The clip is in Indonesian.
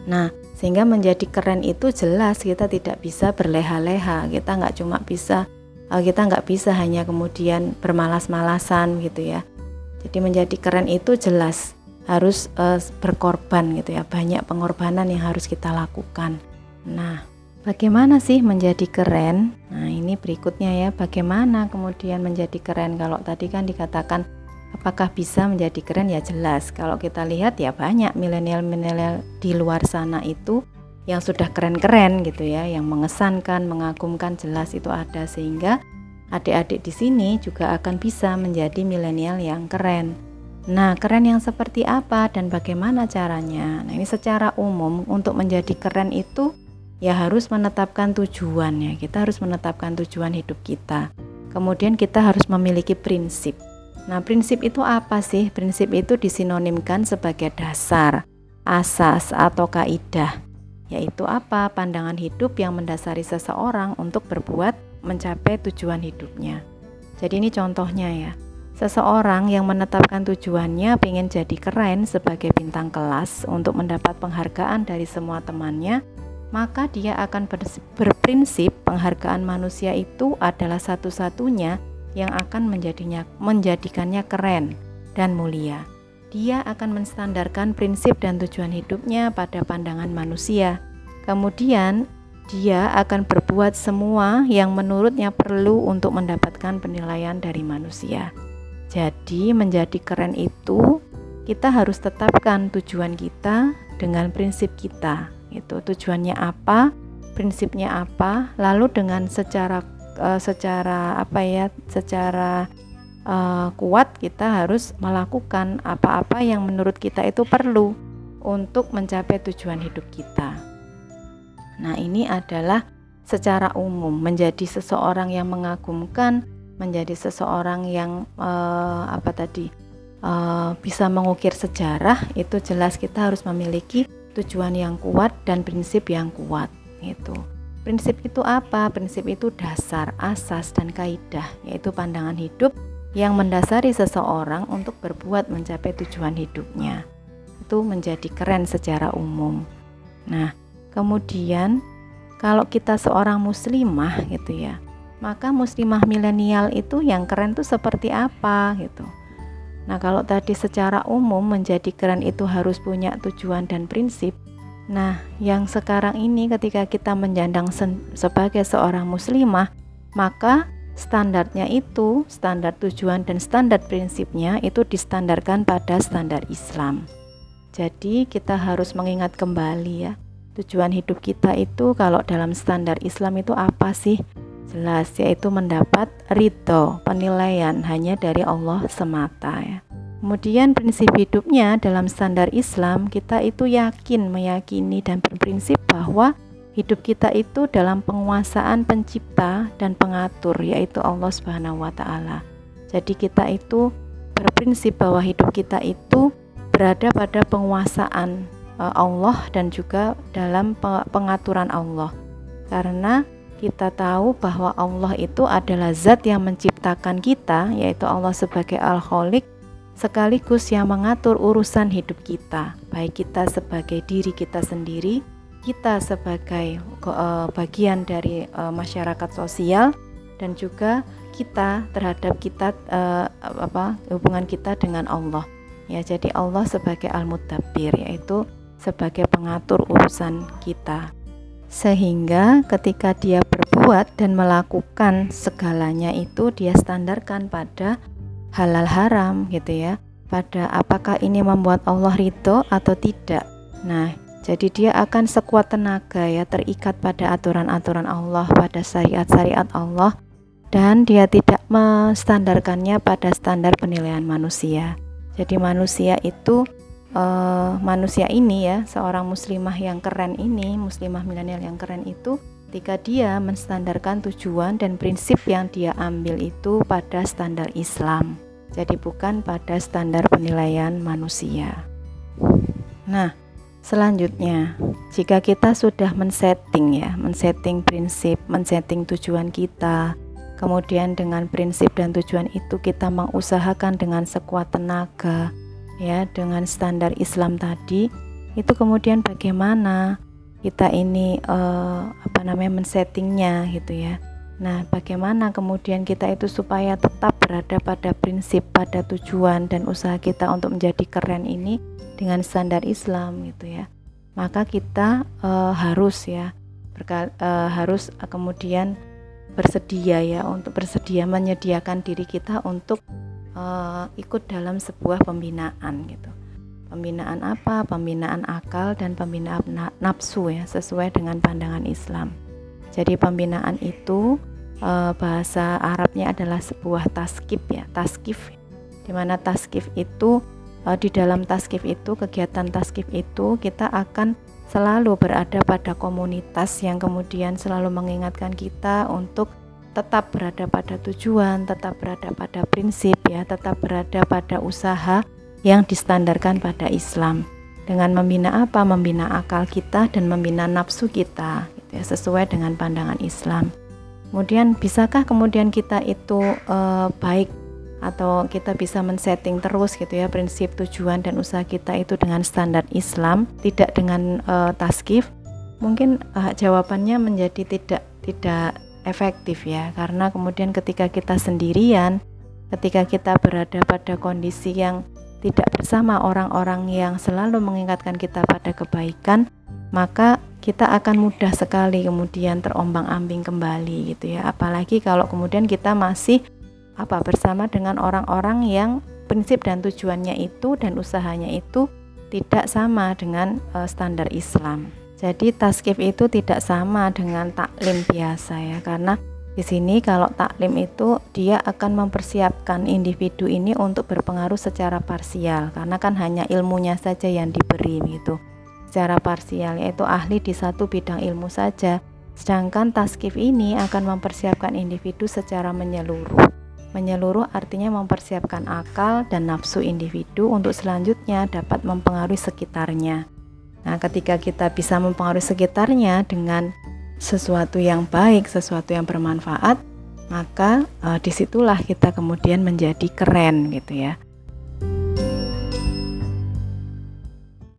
Nah, sehingga menjadi keren itu jelas kita tidak bisa berleha-leha, kita nggak bisa hanya kemudian bermalas-malasan gitu ya. Jadi menjadi keren itu jelas harus berkorban gitu ya, banyak pengorbanan yang harus kita lakukan. Nah, bagaimana sih menjadi keren? Nah, ini berikutnya ya, bagaimana kemudian menjadi keren. Kalau tadi kan dikatakan apakah bisa menjadi keren, ya jelas. Kalau kita lihat ya banyak milenial-milenial di luar sana itu yang sudah keren-keren gitu ya, yang mengesankan, mengagumkan, jelas itu ada, sehingga adik-adik di sini juga akan bisa menjadi milenial yang keren. Nah, keren yang seperti apa dan bagaimana caranya? Nah, ini secara umum untuk menjadi keren itu ya harus menetapkan tujuan ya. Kita harus menetapkan tujuan hidup kita. Kemudian kita harus memiliki prinsip. Nah, prinsip itu apa sih? Prinsip itu disinonimkan sebagai dasar, asas atau kaidah. Yaitu apa? Pandangan hidup yang mendasari seseorang untuk berbuat mencapai tujuan hidupnya. Jadi ini contohnya ya. Seseorang yang menetapkan tujuannya pengen jadi keren sebagai bintang kelas untuk mendapat penghargaan dari semua temannya, maka dia akan berprinsip penghargaan manusia itu adalah satu-satunya yang akan menjadikannya keren dan mulia. Dia akan menstandarkan prinsip dan tujuan hidupnya pada pandangan manusia. Kemudian dia akan berbuat semua yang menurutnya perlu untuk mendapatkan penilaian dari manusia. Jadi menjadi keren itu kita harus tetapkan tujuan kita dengan prinsip kita. Itu tujuannya apa, prinsipnya apa, lalu dengan secara kuat kita harus melakukan apa-apa yang menurut kita itu perlu untuk mencapai tujuan hidup kita. Nah, ini adalah secara umum menjadi seseorang yang mengagumkan, menjadi seseorang yang bisa mengukir sejarah, itu jelas kita harus memiliki tujuan yang kuat dan prinsip yang kuat. Itu. Prinsip itu apa? Prinsip itu dasar, asas, dan kaidah, yaitu pandangan hidup yang mendasari seseorang untuk berbuat mencapai tujuan hidupnya. Itu menjadi keren secara umum. Nah, kemudian kalau kita seorang muslimah gitu ya, maka muslimah milenial itu yang keren itu seperti apa gitu. Nah, kalau tadi secara umum menjadi keren itu harus punya tujuan dan prinsip. Nah, yang sekarang ini ketika kita menjandang sebagai seorang muslimah, maka standarnya itu, standar tujuan dan standar prinsipnya itu distandarkan pada standar Islam. Jadi kita harus mengingat kembali ya, tujuan hidup kita itu kalau dalam standar Islam itu apa sih? Jelas, yaitu mendapat ridho, penilaian hanya dari Allah semata ya. Kemudian prinsip hidupnya dalam standar Islam, kita itu meyakini dan berprinsip bahwa hidup kita itu dalam penguasaan pencipta dan pengatur, yaitu Allah Subhanahu wa Ta'ala. Jadi kita itu berprinsip bahwa hidup kita itu berada pada penguasaan Allah dan juga dalam pengaturan Allah. Karena kita tahu bahwa Allah itu adalah zat yang menciptakan kita, yaitu Allah sebagai Al-Khaliq, sekaligus yang mengatur urusan hidup kita, baik kita sebagai diri kita sendiri, kita sebagai bagian dari masyarakat sosial, dan juga kita terhadap hubungan kita dengan Allah. Ya, jadi Allah sebagai Al-Mudabbir, yaitu sebagai pengatur urusan kita. Sehingga ketika dia berbuat dan melakukan segalanya itu dia standarkan pada halal haram gitu ya, pada apakah ini membuat Allah ridho atau tidak. Nah, jadi dia akan sekuat tenaga ya, terikat pada aturan-aturan Allah, pada syariat-syariat Allah, dan dia tidak menstandarkannya pada standar penilaian manusia. Jadi manusia itu manusia ini ya, seorang muslimah yang keren ini, muslimah milenial yang keren itu, ketika dia menstandarkan tujuan dan prinsip yang dia ambil itu pada standar Islam, jadi bukan pada standar penilaian manusia. Nah, selanjutnya, jika kita sudah men-setting prinsip, men-setting tujuan kita, kemudian dengan prinsip dan tujuan itu kita mengusahakan dengan sekuat tenaga ya, dengan standar Islam tadi, itu kemudian bagaimana kita ini men-settingnya gitu ya. Nah, bagaimana kemudian kita itu supaya tetap berada pada prinsip, pada tujuan dan usaha kita untuk menjadi keren ini dengan standar Islam gitu ya. Maka kita harus kemudian bersedia ya, untuk bersedia menyediakan diri kita untuk ikut dalam sebuah pembinaan gitu. Pembinaan apa? Pembinaan akal dan pembinaan nafsu ya, sesuai dengan pandangan Islam. Jadi pembinaan itu bahasa Arabnya adalah sebuah taskif ya, taskif. Di mana taskif itu di dalam taskif itu, kegiatan taskif itu kita akan selalu berada pada komunitas yang kemudian selalu mengingatkan kita untuk tetap berada pada tujuan, tetap berada pada prinsip ya, tetap berada pada usaha yang distandarkan pada Islam. Dengan membina apa? Membina akal kita dan membina nafsu kita gitu ya, sesuai dengan pandangan Islam. Kemudian bisakah kemudian kita itu baik atau kita bisa men-setting terus gitu ya prinsip, tujuan dan usaha kita itu dengan standar Islam, tidak dengan taskif? Mungkin jawabannya menjadi tidak efektif ya, karena kemudian ketika kita sendirian, ketika kita berada pada kondisi yang tidak bersama orang-orang yang selalu mengingatkan kita pada kebaikan, maka kita akan mudah sekali kemudian terombang-ambing kembali gitu ya. Apalagi kalau kemudian kita masih bersama dengan orang-orang yang prinsip dan tujuannya itu dan usahanya itu tidak sama dengan standar Islam. Jadi taskif itu tidak sama dengan taklim biasa ya, karena di sini kalau taklim itu dia akan mempersiapkan individu ini untuk berpengaruh secara parsial, karena kan hanya ilmunya saja yang diberi gitu. Secara parsial, yaitu ahli di satu bidang ilmu saja. Sedangkan taskif ini akan mempersiapkan individu secara menyeluruh. Menyeluruh artinya mempersiapkan akal dan nafsu individu untuk selanjutnya dapat mempengaruhi sekitarnya. Nah, ketika kita bisa mempengaruhi sekitarnya dengan sesuatu yang baik, sesuatu yang bermanfaat, maka disitulah kita kemudian menjadi keren gitu ya.